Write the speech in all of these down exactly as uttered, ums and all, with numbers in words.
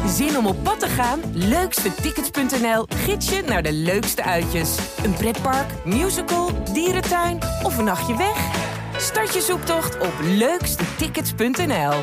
Zin om op pad te gaan? leukste tickets punt n l gids je naar de leukste uitjes. Een pretpark, musical, dierentuin of een nachtje weg? Start je zoektocht op leukste tickets punt n l.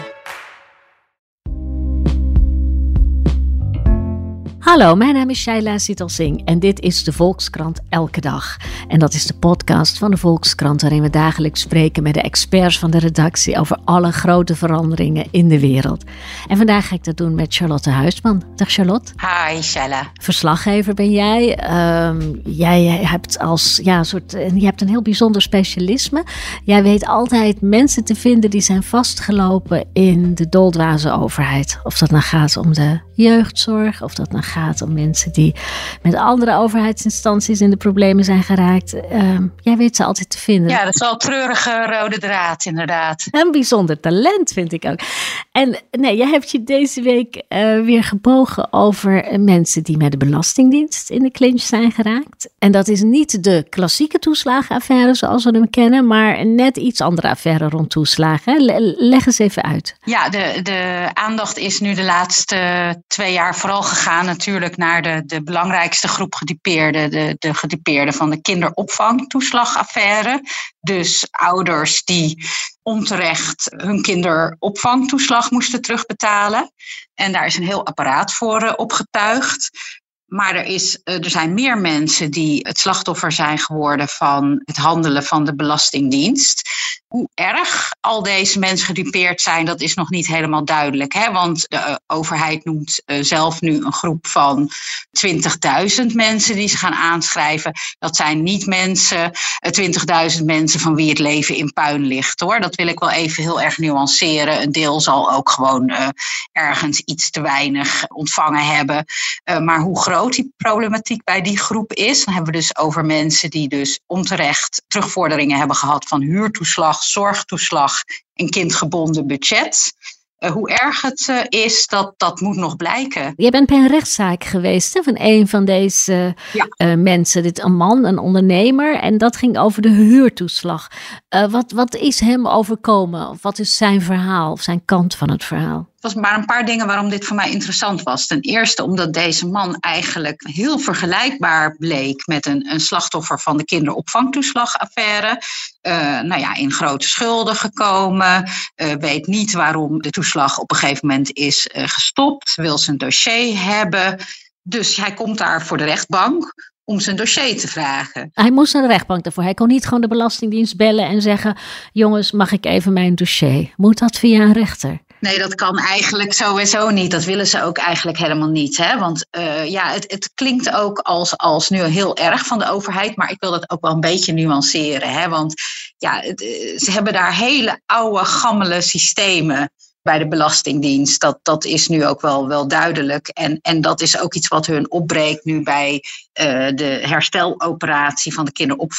Hallo, mijn naam is Shaila Sitalsingh en dit is de Volkskrant Elke Dag. En dat is de podcast van de Volkskrant waarin we dagelijks spreken met de experts van de redactie over alle grote veranderingen in de wereld. En vandaag ga ik dat doen met Charlotte Huisman. Dag Charlotte. Hi Shaila. Verslaggever ben jij. Um, jij hebt als ja, soort, je hebt een heel bijzonder specialisme. Jij weet altijd mensen te vinden die zijn vastgelopen in de doldwaze overheid. Of dat nou gaat om de jeugdzorg, of dat nou gaat om mensen die met andere overheidsinstanties in de problemen zijn geraakt. Uh, jij weet ze altijd te vinden. Ja, dat is wel een treurige rode draad, inderdaad. Een bijzonder talent, vind ik ook. En nee, jij hebt je deze week uh, weer gebogen over mensen die met de Belastingdienst in de clinch zijn geraakt. En dat is niet de klassieke toeslagenaffaire zoals we hem kennen, maar een net iets andere affaire rond toeslagen. Leg eens even uit. Ja, de, de aandacht is nu de laatste twee jaar vooral gegaan natuurlijk naar de, de belangrijkste groep gedupeerden, de, de gedupeerden van de kinderopvangtoeslagaffaire. Dus ouders die onterecht hun kinderopvangtoeslag moesten terugbetalen. En daar is een heel apparaat voor uh, opgetuigd. Maar er, is, uh, er zijn meer mensen die het slachtoffer zijn geworden van het handelen van de Belastingdienst. Hoe erg al deze mensen gedupeerd zijn, dat is nog niet helemaal duidelijk. Hè? Want de uh, overheid noemt uh, zelf nu een groep van twintigduizend mensen die ze gaan aanschrijven. Dat zijn niet mensen, uh, twintigduizend mensen van wie het leven in puin ligt, hoor. Dat wil ik wel even heel erg nuanceren. Een deel zal ook gewoon uh, ergens iets te weinig ontvangen hebben. Uh, maar hoe groot die problematiek bij die groep is, dan hebben we dus over mensen die dus onterecht terugvorderingen hebben gehad van huurtoeslag, zorgtoeslag en kindgebonden budget. Uh, hoe erg het uh, is, dat, dat moet nog blijken. Je bent bij een rechtszaak geweest, hè, van een van deze ja. uh, mensen. Dit een man, een ondernemer. En dat ging over de huurtoeslag. Uh, wat, wat is hem overkomen? Of wat is zijn verhaal of zijn kant van het verhaal? Er was maar een paar dingen waarom dit voor mij interessant was. Ten eerste omdat deze man eigenlijk heel vergelijkbaar bleek met een, een slachtoffer van de kinderopvangtoeslagaffaire. Uh, nou ja, in grote schulden gekomen. Uh, weet niet waarom de toeslag op een gegeven moment is uh, gestopt. Wil zijn dossier hebben. Dus hij komt daar voor de rechtbank om zijn dossier te vragen. Hij moest naar de rechtbank daarvoor. Hij kon niet gewoon de Belastingdienst bellen en zeggen: jongens, mag ik even mijn dossier? Moet dat via een rechter? Nee, dat kan eigenlijk sowieso niet. Dat willen ze ook eigenlijk helemaal niet. Hè? Want uh, ja, het, het klinkt ook als, als nu heel erg van de overheid. Maar ik wil dat ook wel een beetje nuanceren. Hè? Want ja, het, ze hebben daar hele oude, gammele systemen bij de Belastingdienst. Dat, dat is nu ook wel, wel duidelijk. En, en dat is ook iets wat hun opbreekt nu bij uh, de hersteloperatie van de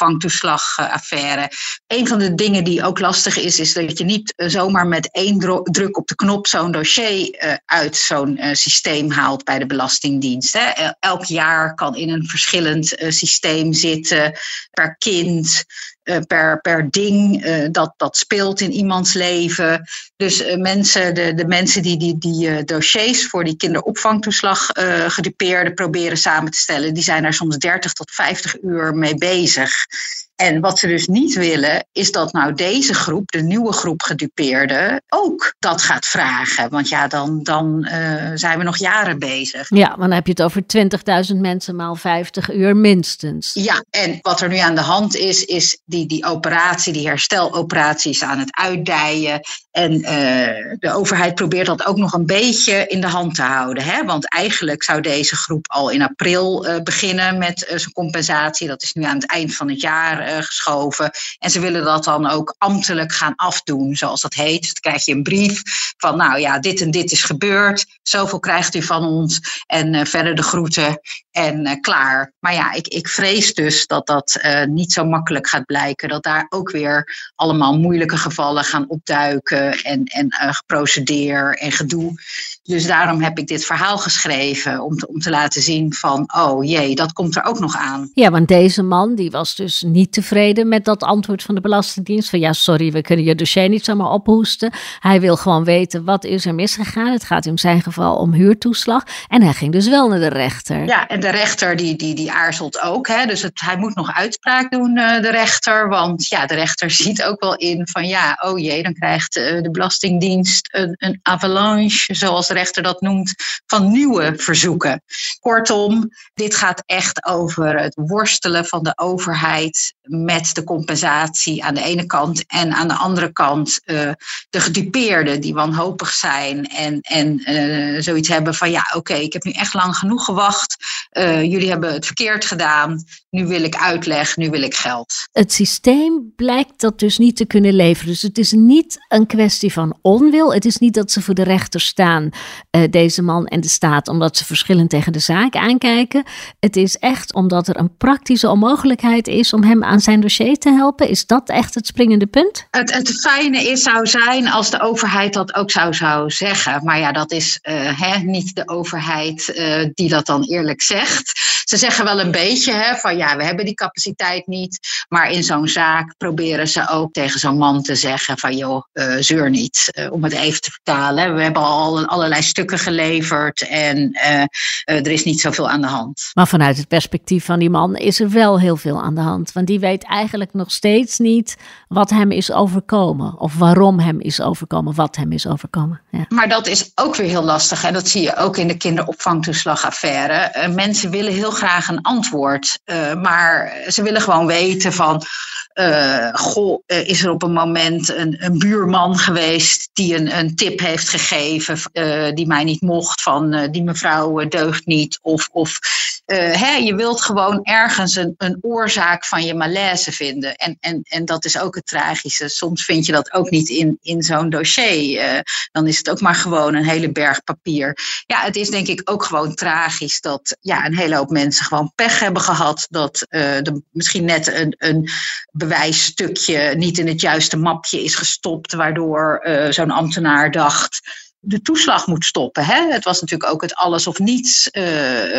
kinderopvangtoeslagaffaire. Een van de dingen die ook lastig is, is dat je niet uh, zomaar met één dro- druk op de knop zo'n dossier uh, uit zo'n uh, systeem haalt bij de Belastingdienst. Hè. Elk jaar kan in een verschillend uh, systeem zitten per kind. Uh, per, per ding uh, dat, dat speelt in iemands leven. Dus uh, mensen, de, de mensen die die, die uh, dossiers voor die kinderopvangtoeslag uh, gedupeerden proberen samen te stellen, die zijn daar soms dertig tot vijftig uur mee bezig. En wat ze dus niet willen, is dat nou deze groep, de nieuwe groep gedupeerden, ook dat gaat vragen. Want ja, dan, dan uh, zijn we nog jaren bezig. Ja, maar dan heb je het over twintigduizend mensen maal vijftig uur minstens. Ja, en wat er nu aan de hand is, is die, die operatie, die hersteloperatie is aan het uitdijen. En uh, de overheid probeert dat ook nog een beetje in de hand te houden. Hè? Want eigenlijk zou deze groep al in april uh, beginnen met uh, zijn compensatie. Dat is nu aan het eind van het jaar uh, geschoven. En ze willen dat dan ook ambtelijk gaan afdoen, zoals dat heet. Dus dan krijg je een brief van, nou ja, dit en dit is gebeurd. Zoveel krijgt u van ons. En uh, verder de groeten en uh, klaar. Maar ja, ik, ik vrees dus dat dat uh, niet zo makkelijk gaat blijken. Dat daar ook weer allemaal moeilijke gevallen gaan opduiken. boete en, en uh, geprocedeer en gedoe. Dus daarom heb ik dit verhaal geschreven om te, om te laten zien van, oh jee, dat komt er ook nog aan. Ja, want deze man die was dus niet tevreden met dat antwoord van de Belastingdienst. Van ja, sorry, we kunnen je dossier niet zomaar ophoesten. Hij wil gewoon weten, wat is er misgegaan? Het gaat in zijn geval om huurtoeslag. En hij ging dus wel naar de rechter. Ja, en de rechter die, die, die aarzelt ook. Hè? Dus het, hij moet nog uitspraak doen, uh, de rechter. Want ja, de rechter ziet ook wel in van ja, oh jee, dan krijgt uh, de Belastingdienst een, een avalanche, zoals de rechter dat noemt, van nieuwe verzoeken. Kortom, dit gaat echt over het worstelen van de overheid met de compensatie aan de ene kant en aan de andere kant uh, de gedupeerden die wanhopig zijn en, en uh, zoiets hebben van ja, oké, okay, ik heb nu echt lang genoeg gewacht. Uh, jullie hebben het verkeerd gedaan. Nu wil ik uitleg, nu wil ik geld. Het systeem blijkt dat dus niet te kunnen leveren. Dus het is niet een kwestie van onwil. Het is niet dat ze voor de rechter staan, uh, deze man en de staat, omdat ze verschillend tegen de zaak aankijken. Het is echt omdat er een praktische onmogelijkheid is om hem aan zijn dossier te helpen. Is dat echt het springende punt? Het, het fijne is, zou zijn als de overheid dat ook zou, zou zeggen. Maar ja, dat is uh, hè, niet de overheid uh, die dat dan eerlijk zegt. Ze zeggen wel een beetje hè, van ja, we hebben die capaciteit niet. Maar in zo'n zaak proberen ze ook tegen zo'n man te zeggen van joh, uh, zeur niet. Uh, om het even te vertalen. We hebben al allerlei stukken geleverd en uh, uh, er is niet zoveel aan de hand. Maar vanuit het perspectief van die man is er wel heel veel aan de hand. Want die weet eigenlijk nog steeds niet wat hem is overkomen. Of waarom hem is overkomen, wat hem is overkomen. Ja. Maar dat is ook weer heel lastig. En dat zie je ook in de kinderopvangtoeslagaffaire. Uh, mensen willen heel graag een antwoord. Uh, maar ze willen gewoon weten van, uh, goh, uh, is er op een moment een, een buurman geweest die een, een tip heeft gegeven, uh, die mij niet mocht, van uh, die mevrouw uh, deugt niet. Of, of uh, hè, je wilt gewoon ergens een, een oorzaak van je malaise vinden. En, en, en dat is ook het tragische. Soms vind je dat ook niet in, in zo'n dossier. Uh, dan is het ook maar gewoon een hele berg papier. Ja, het is denk ik ook gewoon tragisch dat ja, een hele hoop mensen gewoon pech hebben gehad. Dat uh, er misschien net een, een bewijsstukje niet in het juiste mapje is gestopt, waardoor uh, zo'n ambtenaar dacht, de toeslag moet stoppen. Hè? Het was natuurlijk ook het alles of niets uh,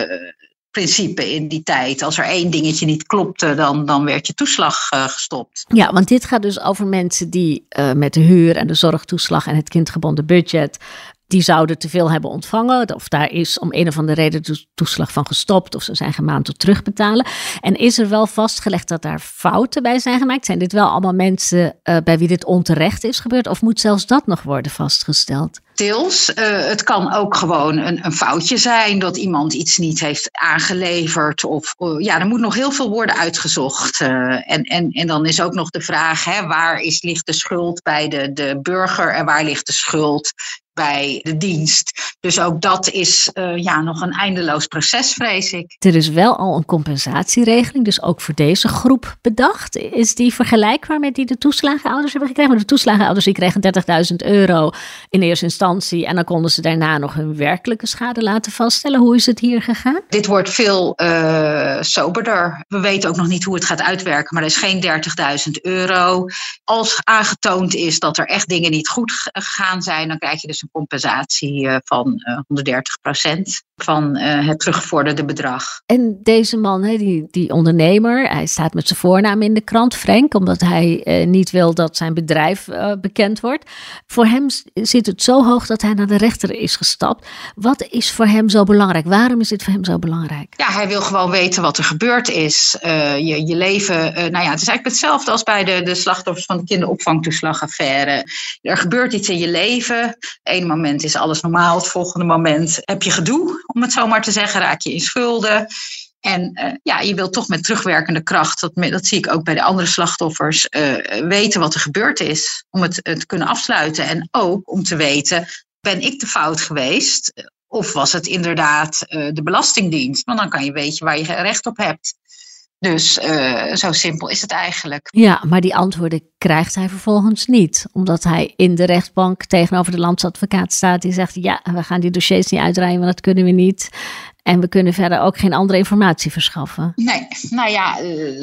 principe in die tijd. Als er één dingetje niet klopte, dan, dan werd je toeslag uh, gestopt. Ja, want dit gaat dus over mensen die uh, met de huur en de zorgtoeslag en het kindgebonden budget, die zouden te veel hebben ontvangen. Of daar is om een of andere reden de toeslag van gestopt. Of ze zijn gemaand tot terugbetalen. En is er wel vastgelegd dat daar fouten bij zijn gemaakt? Zijn dit wel allemaal mensen uh, bij wie dit onterecht is gebeurd? Of moet zelfs dat nog worden vastgesteld? Deels. Uh, het kan ook gewoon een, een foutje zijn dat iemand iets niet heeft aangeleverd. Of uh, ja, er moet nog heel veel worden uitgezocht. Uh, en, en, en dan is ook nog de vraag, hè, waar is, ligt de schuld bij de, de burger en waar ligt de schuld bij de dienst. Dus ook dat is uh, ja, nog een eindeloos proces, vrees ik. Er is wel al een compensatieregeling, dus ook voor deze groep bedacht. Is die vergelijkbaar met die de toeslagenouders hebben gekregen? Maar de toeslagenouders die kregen dertigduizend euro in eerste instantie en dan konden ze daarna nog hun werkelijke schade laten vaststellen. Hoe is het hier gegaan? Dit wordt veel uh, soberder. We weten ook nog niet hoe het gaat uitwerken, maar er is geen dertigduizend euro. Als aangetoond is dat er echt dingen niet goed gegaan zijn, dan krijg je dus een compensatie uh, van uh, honderddertig procent van uh, het teruggevorderde bedrag. En deze man, hè, die, die ondernemer, hij staat met zijn voornaam in de krant, Frank, omdat hij uh, niet wil dat zijn bedrijf uh, bekend wordt. Voor hem zit het zo hoog dat hij naar de rechter is gestapt. Wat is voor hem zo belangrijk? Waarom is dit voor hem zo belangrijk? Ja, hij wil gewoon weten wat er gebeurd is. Uh, je, je leven, uh, nou ja, het is eigenlijk hetzelfde als bij de, de slachtoffers van de kinderopvangtoeslagaffaire. Er gebeurt iets in je leven. Eén moment is alles normaal, het volgende moment heb je gedoe, om het zo maar te zeggen, raak je in schulden. En uh, ja, je wilt toch met terugwerkende kracht, dat, dat zie ik ook bij de andere slachtoffers, uh, weten wat er gebeurd is. Om het uh, te kunnen afsluiten en ook om te weten, ben ik de fout geweest? Of was het inderdaad uh, de Belastingdienst? Want dan kan je weten waar je recht op hebt. Dus uh, zo simpel is het eigenlijk. Ja, maar die antwoorden krijgt hij vervolgens niet. Omdat hij in de rechtbank tegenover de landsadvocaat staat die zegt, ja, we gaan die dossiers niet uitdraaien, want dat kunnen we niet. En we kunnen verder ook geen andere informatie verschaffen. Nee, nou ja,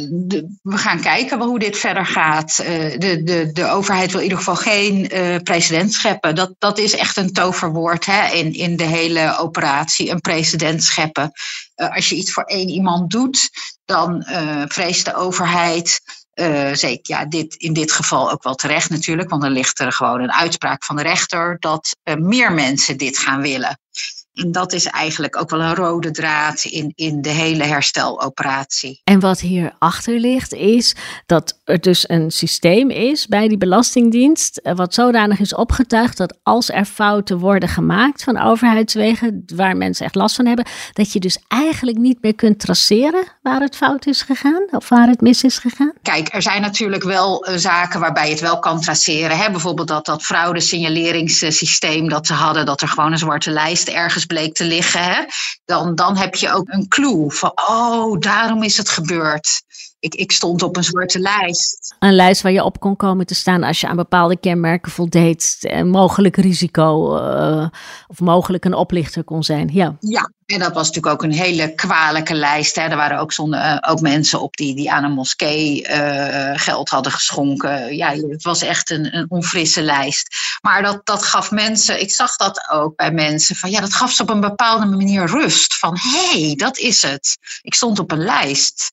de, we gaan kijken hoe dit verder gaat. De, de, de overheid wil in ieder geval geen uh, precedent scheppen. Dat, dat is echt een toverwoord hè, in, in de hele operatie, een precedent scheppen. Uh, als je iets voor één iemand doet, dan uh, vreest de overheid... Uh, zeker, ja, dit, in dit geval ook wel terecht natuurlijk, want dan ligt er gewoon een uitspraak van de rechter dat uh, meer mensen dit gaan willen. En dat is eigenlijk ook wel een rode draad in, in de hele hersteloperatie. En wat hierachter ligt is dat er dus een systeem is bij die Belastingdienst wat zodanig is opgetuigd dat als er fouten worden gemaakt van overheidswegen waar mensen echt last van hebben, dat je dus eigenlijk niet meer kunt traceren waar het fout is gegaan of waar het mis is gegaan? Kijk, er zijn natuurlijk wel uh, zaken waarbij je het wel kan traceren. Hè? Bijvoorbeeld dat, dat fraudesignaleringssysteem dat ze hadden, dat er gewoon een zwarte lijst ergens bleek te liggen. Hè? Dan, dan heb je ook een clue van, oh, daarom is het gebeurd. Ik, ik stond op een zwarte lijst. Een lijst waar je op kon komen te staan als je aan bepaalde kenmerken voldeed. En mogelijk risico uh, of mogelijk een oplichter kon zijn. Ja. Ja, en dat was natuurlijk ook een hele kwalijke lijst. Hè. Er waren ook, zonde, uh, ook mensen op die, die aan een moskee uh, geld hadden geschonken. Ja, het was echt een, een onfrisse lijst. Maar dat, dat gaf mensen, ik zag dat ook bij mensen, van ja, dat gaf ze op een bepaalde manier rust. Van hé, hey, dat is het. Ik stond op een lijst.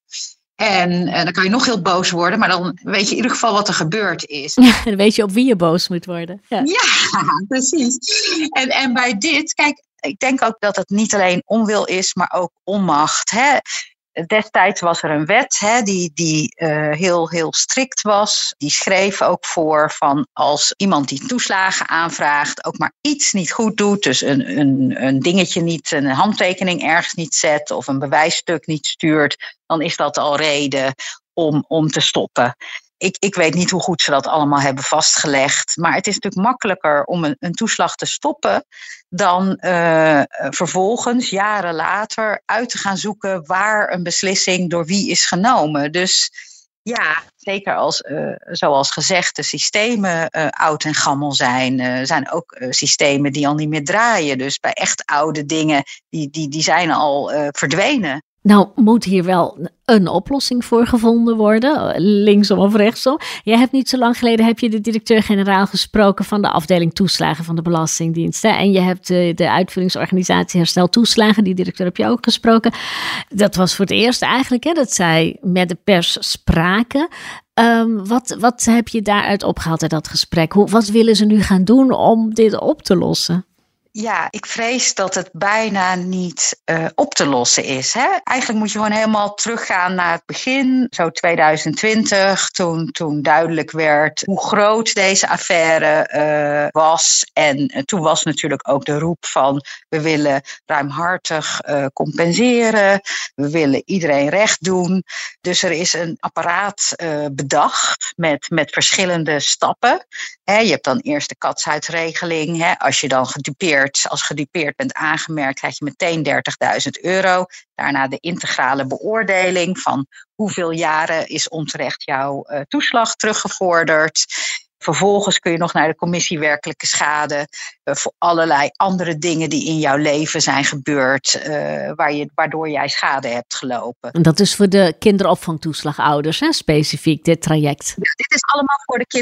En, en dan kan je nog heel boos worden, maar dan weet je in ieder geval wat er gebeurd is. Ja, dan weet je op wie je boos moet worden. Ja, ja precies. En, en bij dit, kijk, ik denk ook dat het niet alleen onwil is, maar ook onmacht. Hè? Destijds was er een wet hè, die, die uh, heel, heel strikt was. Die schreef ook voor van als iemand die toeslagen aanvraagt ook maar iets niet goed doet. Dus een, een, een dingetje niet, een handtekening ergens niet zet of een bewijsstuk niet stuurt. Dan is dat al reden om, om te stoppen. Ik, ik weet niet hoe goed ze dat allemaal hebben vastgelegd. Maar het is natuurlijk makkelijker om een, een toeslag te stoppen dan uh, vervolgens, jaren later, uit te gaan zoeken waar een beslissing door wie is genomen. Dus ja, zeker als, uh, zoals gezegd, de systemen uh, oud en gammel zijn. Er uh, zijn ook uh, systemen die al niet meer draaien. Dus bij echt oude dingen, die, die, die zijn al uh, verdwenen. Nou, moet hier wel een oplossing voor gevonden worden, linksom of rechtsom. Jij hebt niet zo lang geleden heb je de directeur-generaal gesproken van de afdeling toeslagen van de Belastingdienst. Hè? En je hebt de, de uitvoeringsorganisatie Herstel Toeslagen, die directeur heb je ook gesproken. Dat was voor het eerst eigenlijk hè, dat zij met de pers spraken. Um, wat, wat heb je daaruit opgehaald uit dat gesprek? Hoe, wat willen ze nu gaan doen om dit op te lossen? Ja, ik vrees dat het bijna niet uh, op te lossen is. Hè? Eigenlijk moet je gewoon helemaal teruggaan naar het begin, zo twintig twintig, toen, toen duidelijk werd hoe groot deze affaire uh, was. En uh, toen was natuurlijk ook de roep van we willen ruimhartig uh, compenseren, we willen iedereen recht doen. Dus er is een apparaat uh, bedacht met, met verschillende stappen. Hè? Je hebt dan eerst de katshuisregeling, hè? Als je dan gedupeerd Als gedupeerd bent aangemerkt, krijg je meteen dertigduizend euro. Daarna de integrale beoordeling van hoeveel jaren is onterecht jouw uh, toeslag teruggevorderd. Vervolgens kun je nog naar de commissie werkelijke schade uh, voor allerlei andere dingen die in jouw leven zijn gebeurd, uh, waar je, waardoor jij schade hebt gelopen. En dat is voor de kinderopvangtoeslagouders, hè, specifiek dit traject. Ja, dit is allemaal voor de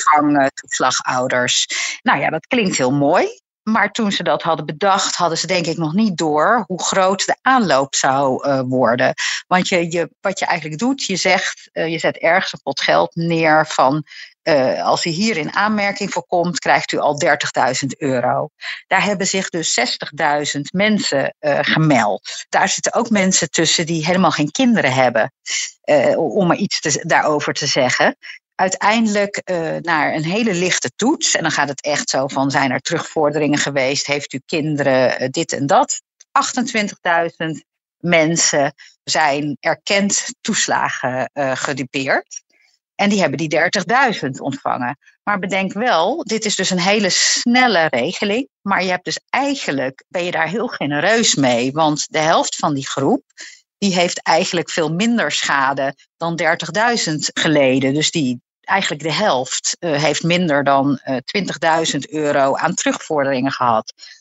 kinderopvangtoeslagouders. Nou ja, dat klinkt heel mooi. Maar toen ze dat hadden bedacht, hadden ze denk ik nog niet door hoe groot de aanloop zou uh, worden. Want je, je, wat je eigenlijk doet, je zegt, uh, je zet ergens een pot geld neer van uh, als u hier in aanmerking voor komt, krijgt u al dertigduizend euro. Daar hebben zich dus zestigduizend mensen uh, gemeld. Daar zitten ook mensen tussen die helemaal geen kinderen hebben, uh, om er iets te, daarover te zeggen. Uiteindelijk uh, naar een hele lichte toets. En dan gaat het echt zo van, zijn er terugvorderingen geweest? Heeft u kinderen? Uh, dit en dat. achtentwintigduizend mensen zijn erkend toeslagen uh, gedupeerd. En die hebben die dertigduizend ontvangen. Maar bedenk wel, dit is dus een hele snelle regeling. Maar je hebt dus eigenlijk, ben je daar heel genereus mee. Want de helft van die groep, die heeft eigenlijk veel minder schade dan dertigduizend geleden. Dus die eigenlijk de helft uh, heeft minder dan uh, twintigduizend euro aan terugvorderingen gehad.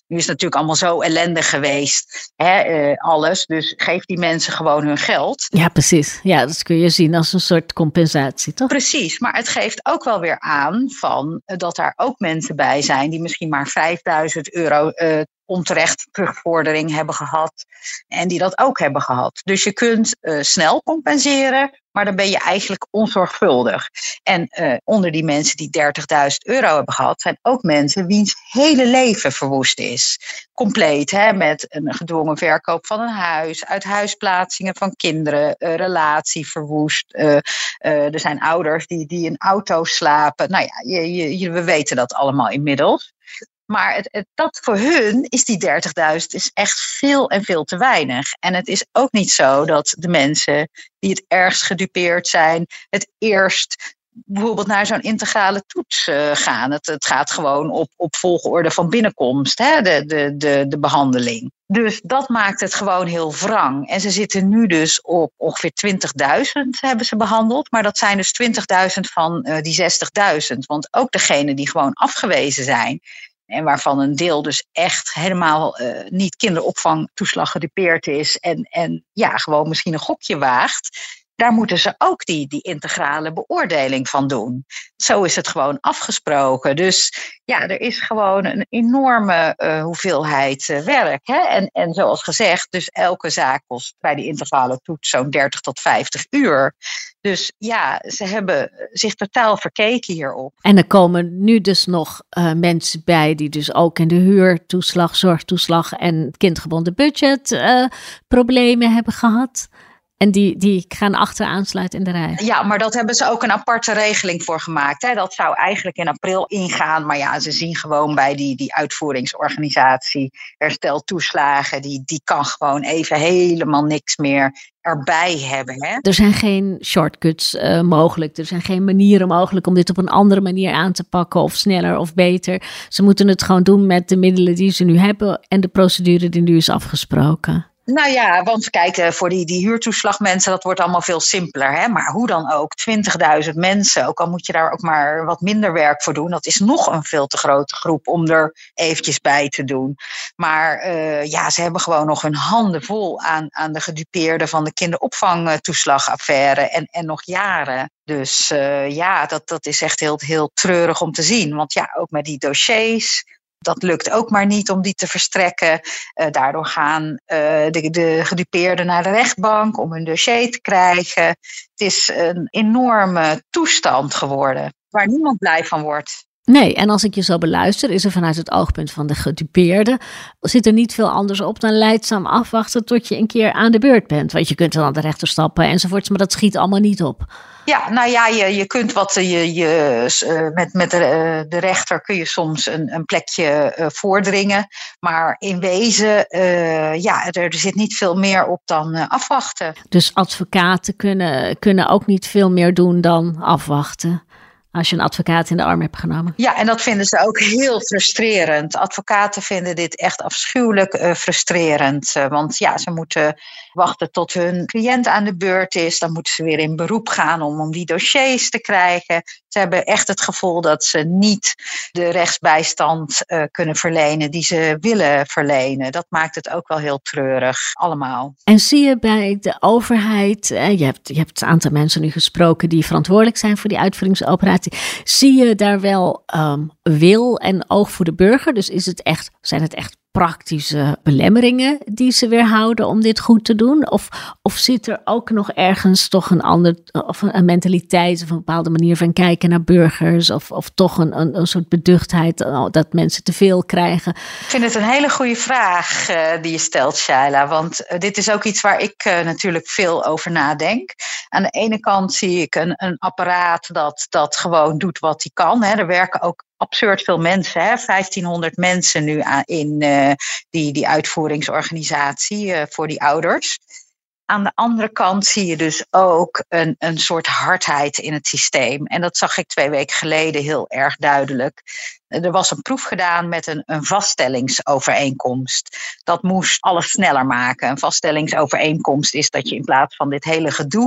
Nu is het natuurlijk allemaal zo ellendig geweest, hè, uh, alles. Dus geef die mensen gewoon hun geld. Ja, precies. Ja, dat kun je zien als een soort compensatie, toch? Precies, maar het geeft ook wel weer aan van uh, dat daar ook mensen bij zijn die misschien maar vijfduizend euro uh, onterecht terugvordering hebben gehad en die dat ook hebben gehad. Dus je kunt uh, snel compenseren, maar dan ben je eigenlijk onzorgvuldig. En uh, onder die mensen die dertigduizend euro hebben gehad, zijn ook mensen wiens hele leven verwoest is. Compleet, hè, met een gedwongen verkoop van een huis, uithuisplaatsingen van kinderen, uh, relatie verwoest. Uh, uh, er zijn ouders die, die in auto's slapen. Nou ja, je, je, je, we weten dat allemaal inmiddels. Maar het, het, dat voor hun is die dertigduizend is echt veel en veel te weinig. En het is ook niet zo dat de mensen die het ergst gedupeerd zijn, het eerst bijvoorbeeld naar zo'n integrale toets uh, gaan. Het, het gaat gewoon op, op volgorde van binnenkomst, hè, de, de, de, de behandeling. Dus dat maakt het gewoon heel wrang. En ze zitten nu dus op ongeveer twintigduizend hebben ze behandeld. Maar dat zijn dus twintigduizend van uh, die zestigduizend. Want ook degenen die gewoon afgewezen zijn en waarvan een deel dus echt helemaal uh, niet kinderopvangtoeslag gedupeerd is en, en ja, gewoon misschien een gokje waagt, daar moeten ze ook die, die integrale beoordeling van doen. Zo is het gewoon afgesproken. Dus ja, er is gewoon een enorme uh, hoeveelheid uh, werk. Hè? En, en zoals gezegd, dus elke zaak kost bij die integrale toets zo'n dertig tot vijftig uur. Dus ja, ze hebben zich totaal verkeken hierop. En er komen nu dus nog uh, mensen bij die dus ook in de huurtoeslag, zorgtoeslag en kindgebonden budget uh, problemen hebben gehad. En die, die gaan achter aansluiten in de rij. Ja, maar dat hebben ze ook een aparte regeling voor gemaakt. Hè. Dat zou eigenlijk in april ingaan. Maar ja, ze zien gewoon bij die, die uitvoeringsorganisatie hersteltoeslagen. Die, die kan gewoon even helemaal niks meer erbij hebben. Hè. Er zijn geen shortcuts uh, mogelijk. Er zijn geen manieren mogelijk om dit op een andere manier aan te pakken. Of sneller of beter. Ze moeten het gewoon doen met de middelen die ze nu hebben. En de procedure die nu is afgesproken. Nou ja, want kijk, voor die, die huurtoeslagmensen, dat wordt allemaal veel simpeler. Hè? Maar hoe dan ook, twintigduizend mensen, ook al moet je daar ook maar wat minder werk voor doen. Dat is nog een veel te grote groep om er eventjes bij te doen. Maar uh, ja, ze hebben gewoon nog hun handen vol aan, aan de gedupeerden van de kinderopvangtoeslagaffaire en, en nog jaren. Dus uh, ja, dat, dat is echt heel, heel treurig om te zien. Want ja, ook met die dossiers, dat lukt ook maar niet om die te verstrekken. Uh, daardoor gaan uh, de, de gedupeerden naar de rechtbank om hun dossier te krijgen. Het is een enorme toestand geworden waar niemand blij van wordt. Nee, en als ik je zo beluister, is er vanuit het oogpunt van de gedupeerde, zit er niet veel anders op dan lijdzaam afwachten tot je een keer aan de beurt bent. Want je kunt dan aan de rechter stappen enzovoorts, maar dat schiet allemaal niet op. Ja, nou ja, je, je kunt wat, je, je, met, met de, de rechter kun je soms een, een plekje uh, voordringen. Maar in wezen, uh, ja, er, er zit niet veel meer op dan uh, afwachten. Dus advocaten kunnen, kunnen ook niet veel meer doen dan afwachten, als je een advocaat in de arm hebt genomen. Ja, en dat vinden ze ook heel frustrerend. Advocaten vinden dit echt afschuwelijk uh, frustrerend. Uh, want ja, ze moeten wachten tot hun cliënt aan de beurt is. Dan moeten ze weer in beroep gaan om, om die dossiers te krijgen. Ze hebben echt het gevoel dat ze niet de rechtsbijstand uh, kunnen verlenen die ze willen verlenen. Dat maakt het ook wel heel treurig, allemaal. En zie je bij de overheid, eh, je hebt, je hebt een aantal mensen nu gesproken die verantwoordelijk zijn voor die uitvoeringsoperatie. Zie je daar wel um, wil en oog voor de burger? Dus is het echt, zijn het echt praktische belemmeringen die ze weerhouden om dit goed te doen? Of, of zit er ook nog ergens toch een ander, of een mentaliteit of een bepaalde manier van kijken naar burgers? Of, of toch een, een, een soort beduchtheid dat mensen te veel krijgen? Ik vind het een hele goede vraag uh, die je stelt, Shaila. Want uh, dit is ook iets waar ik uh, natuurlijk veel over nadenk. Aan de ene kant zie ik een, een apparaat dat, dat gewoon doet wat hij kan. Hè. Er werken ook absurd veel mensen, hè? vijftienhonderd mensen nu in uh, die, die uitvoeringsorganisatie uh, voor die ouders. Aan de andere kant zie je dus ook een, een soort hardheid in het systeem. En dat zag ik twee weken geleden heel erg duidelijk. Er was een proef gedaan met een, een vaststellingsovereenkomst. Dat moest alles sneller maken. Een vaststellingsovereenkomst is dat je in plaats van dit hele gedoe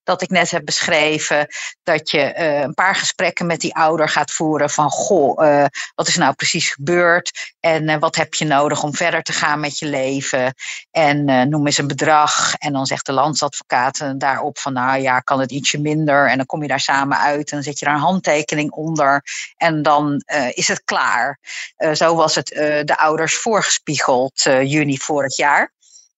dat ik net heb beschreven. Dat je uh, een paar gesprekken met die ouder gaat voeren van, goh, uh, wat is nou precies gebeurd? En uh, wat heb je nodig om verder te gaan met je leven? En uh, noem eens een bedrag. En dan zegt de landsadvocaat daarop van, nou ja, kan het ietsje minder? En dan kom je daar samen uit en dan zet je daar een handtekening onder. En dan uh, is het klaar. Uh, zo was het uh, de ouders voorgespiegeld uh, juni vorig jaar.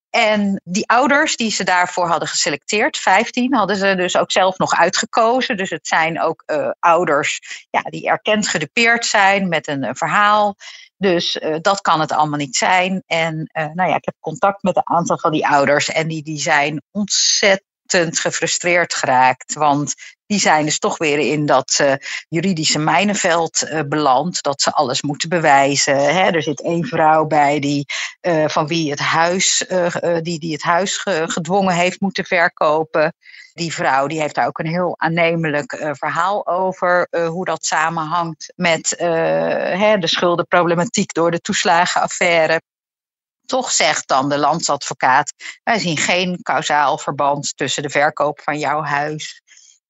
En die ouders die ze daarvoor hadden geselecteerd, vijftien, hadden ze dus ook zelf nog uitgekozen. Dus het zijn ook uh, ouders ja, die erkend gedupeerd zijn met een uh, verhaal. Dus uh, dat kan het allemaal niet zijn. En uh, nou ja, ik heb contact met een aantal van die ouders en die, die zijn ontzettend gefrustreerd geraakt. Want die zijn dus toch weer in dat uh, juridische mijnenveld uh, beland. Dat ze alles moeten bewijzen. Hè. Er zit één vrouw bij die, uh, van wie het huis, uh, uh, die, die het huis ge- gedwongen heeft moeten verkopen. Die vrouw die heeft daar ook een heel aannemelijk uh, verhaal over. Uh, hoe dat samenhangt met uh, hè, de schuldenproblematiek door de toeslagenaffaire. Toch zegt dan de landsadvocaat, wij zien geen kausaal verband tussen de verkoop van jouw huis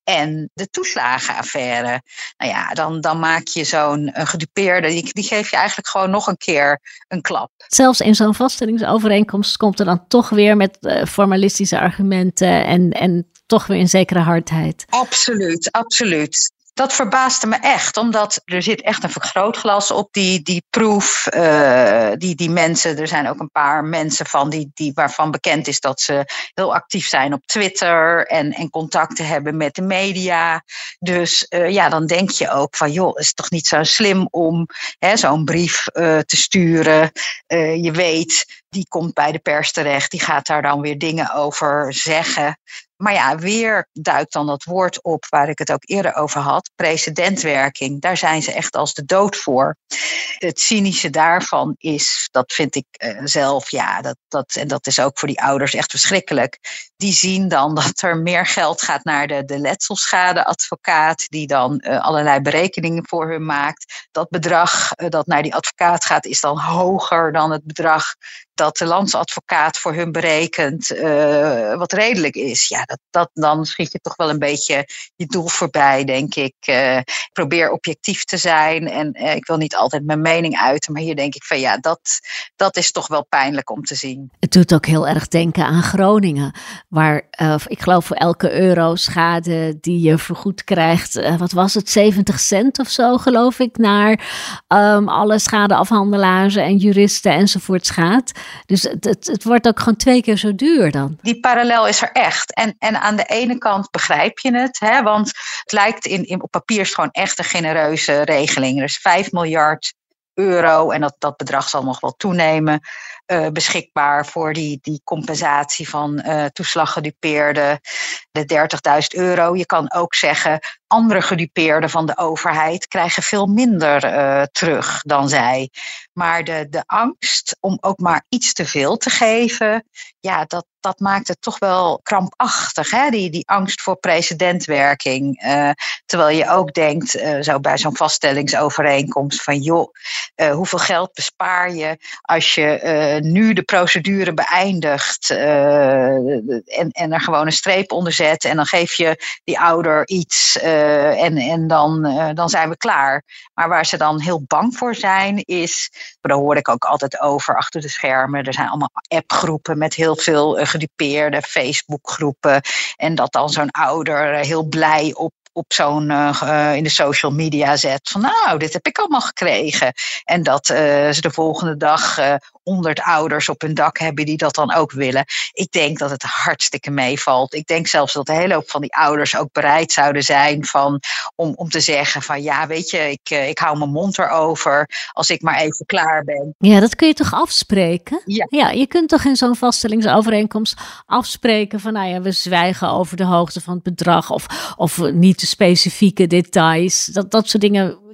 en de toeslagenaffaire. Nou ja, dan, dan maak je zo'n gedupeerde, die, die geef je eigenlijk gewoon nog een keer een klap. Zelfs in zo'n vaststellingsovereenkomst komt er dan toch weer met uh, formalistische argumenten en, en toch weer een zekere hardheid. Absoluut, absoluut. Dat verbaasde me echt, omdat er zit echt een vergrootglas op die, die proef. Uh, die, die mensen, er zijn ook een paar mensen van die, die, waarvan bekend is dat ze heel actief zijn op Twitter en, en contacten hebben met de media. Dus uh, ja, dan denk je ook van, joh, het is toch niet zo slim om hè, zo'n brief uh, te sturen. Uh, je weet, die komt bij de pers terecht, die gaat daar dan weer dingen over zeggen. Maar ja, weer duikt dan dat woord op waar ik het ook eerder over had. Precedentwerking, daar zijn ze echt als de dood voor. Het cynische daarvan is, dat vind ik uh, zelf, ja, dat, dat, en dat is ook voor die ouders echt verschrikkelijk. Die zien dan dat er meer geld gaat naar de, de letselschadeadvocaat, die dan uh, allerlei berekeningen voor hun maakt. Dat bedrag uh, dat naar die advocaat gaat is dan hoger dan het bedrag dat de landsadvocaat voor hun berekent, uh, wat redelijk is. Ja, dat, dat, dan schiet je toch wel een beetje je doel voorbij, denk ik. Uh, ik probeer objectief te zijn en uh, ik wil niet altijd mijn mening uiten, maar hier denk ik van ja, dat, dat is toch wel pijnlijk om te zien. Het doet ook heel erg denken aan Groningen, waar uh, ik geloof voor elke euro schade die je vergoed krijgt, uh, wat was het, zeventig cent of zo geloof ik, naar um, alle schadeafhandelaars en juristen enzovoorts gaat. Dus het, het, het wordt ook gewoon twee keer zo duur dan. Die parallel is er echt. En, en aan de ene kant begrijp je het. Hè, want het lijkt in, in, op papier is gewoon echt een genereuze regeling. Er is vijf miljard euro en dat, dat bedrag zal nog wel toenemen. Uh, beschikbaar voor die, die compensatie van uh, toeslaggedupeerden. De dertigduizend euro. Je kan ook zeggen, andere gedupeerden van de overheid krijgen veel minder uh, terug dan zij. Maar de, de angst om ook maar iets te veel te geven, ja, dat, dat maakt het toch wel krampachtig. Hè? Die, die angst voor precedentwerking. Uh, terwijl je ook denkt, uh, zo bij zo'n vaststellingsovereenkomst, van joh, uh, hoeveel geld bespaar je als je uh, nu de procedure beëindigt uh, en, en er gewoon een streep onder zet en dan geef je die ouder iets uh, en, en dan, uh, dan zijn we klaar. Maar waar ze dan heel bang voor zijn is, daar hoor ik ook altijd over achter de schermen, er zijn allemaal appgroepen met heel veel uh, gedupeerde Facebookgroepen en dat dan zo'n ouder uh, heel blij op op zo'n uh, in de social media zet van nou, dit heb ik allemaal gekregen. En dat uh, ze de volgende dag uh, honderd ouders op hun dak hebben die dat dan ook willen. Ik denk dat het hartstikke meevalt. Ik denk zelfs dat een hele hoop van die ouders ook bereid zouden zijn van, om, om te zeggen van ja, weet je, ik, uh, ik hou mijn mond erover als ik maar even klaar ben. Ja, dat kun je toch afspreken? Ja. Ja, je kunt toch in zo'n vaststellingsovereenkomst afspreken van nou ja, we zwijgen over de hoogte van het bedrag of, of niet de specifieke details. Dat, dat soort dingen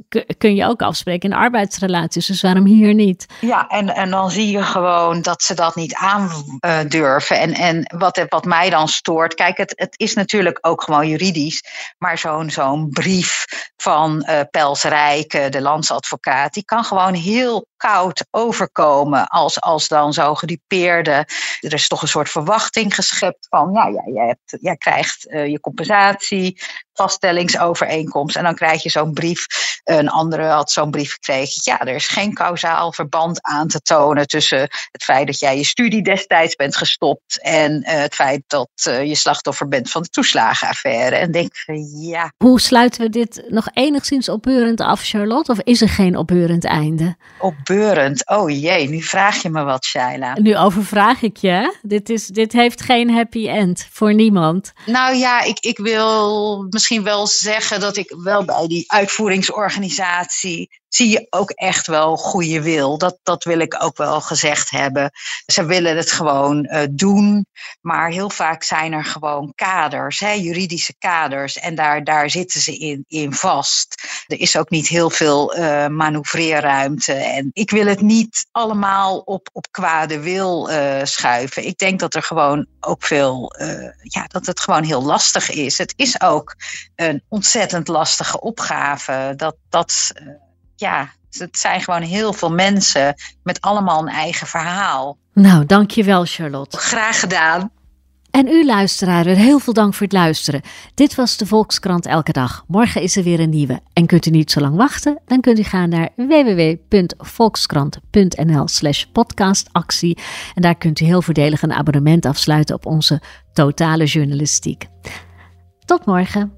k- kun je ook afspreken in arbeidsrelaties. Dus waarom hier niet? Ja, en, en dan zie je gewoon dat ze dat niet aandurven. En, en wat, wat mij dan stoort, kijk, het, het is natuurlijk ook gewoon juridisch, maar zo'n, zo'n brief van uh, Pels Rijke, de landsadvocaat, die kan gewoon heel koud overkomen als, als dan zo gedupeerde. Er is toch een soort verwachting geschept van, ja, ja jij, hebt, jij krijgt uh, je compensatie, vaststellingsovereenkomst en dan krijg je zo'n brief. Een andere had zo'n brief gekregen. Ja, er is geen kausaal verband aan te tonen tussen het feit dat jij je studie destijds bent gestopt en uh, het feit dat uh, je slachtoffer bent van de toeslagenaffaire. En denk ja. Hoe sluiten we dit nog enigszins opbeurend af, Charlotte? Of is er geen opbeurend einde? Opbeurend? Oh jee, nu vraag je me wat, Shaila. Nu overvraag ik je. Dit, is, dit heeft geen happy end voor niemand. Nou ja, ik, ik wil misschien wel zeggen dat ik wel bij die uitvoeringsorganisatie zie je ook echt wel goede wil. Dat, dat wil ik ook wel gezegd hebben. Ze willen het gewoon uh, doen, maar heel vaak zijn er gewoon kaders, hè, juridische kaders. En daar, daar zitten ze in, in vast. Er is ook niet heel veel uh, manoeuvreerruimte. En ik wil het niet allemaal op, op kwade wil uh, schuiven. Ik denk dat er gewoon ook veel, uh, ja, dat het gewoon heel lastig is. Het is ook een ontzettend lastige opgave. Dat, dat uh, ja, het zijn gewoon heel veel mensen met allemaal een eigen verhaal. Nou, dankjewel Charlotte. Graag gedaan. En u luisteraar, heel veel dank voor het luisteren. Dit was de Volkskrant Elke Dag. Morgen is er weer een nieuwe. En kunt u niet zo lang wachten? Dan kunt u gaan naar w w w punt volkskrant punt n l slash podcastactie. En daar kunt u heel voordelig een abonnement afsluiten op onze totale journalistiek. Tot morgen.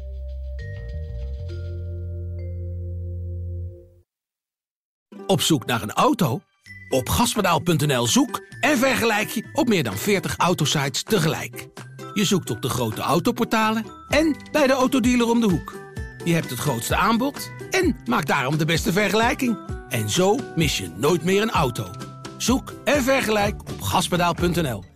Op zoek naar een auto? Op gaspedaal punt n l zoek en vergelijk je op meer dan veertig autosites tegelijk. Je zoekt op de grote autoportalen en bij de autodealer om de hoek. Je hebt het grootste aanbod en maakt daarom de beste vergelijking. En zo mis je nooit meer een auto. Zoek en vergelijk op gaspedaal punt n l.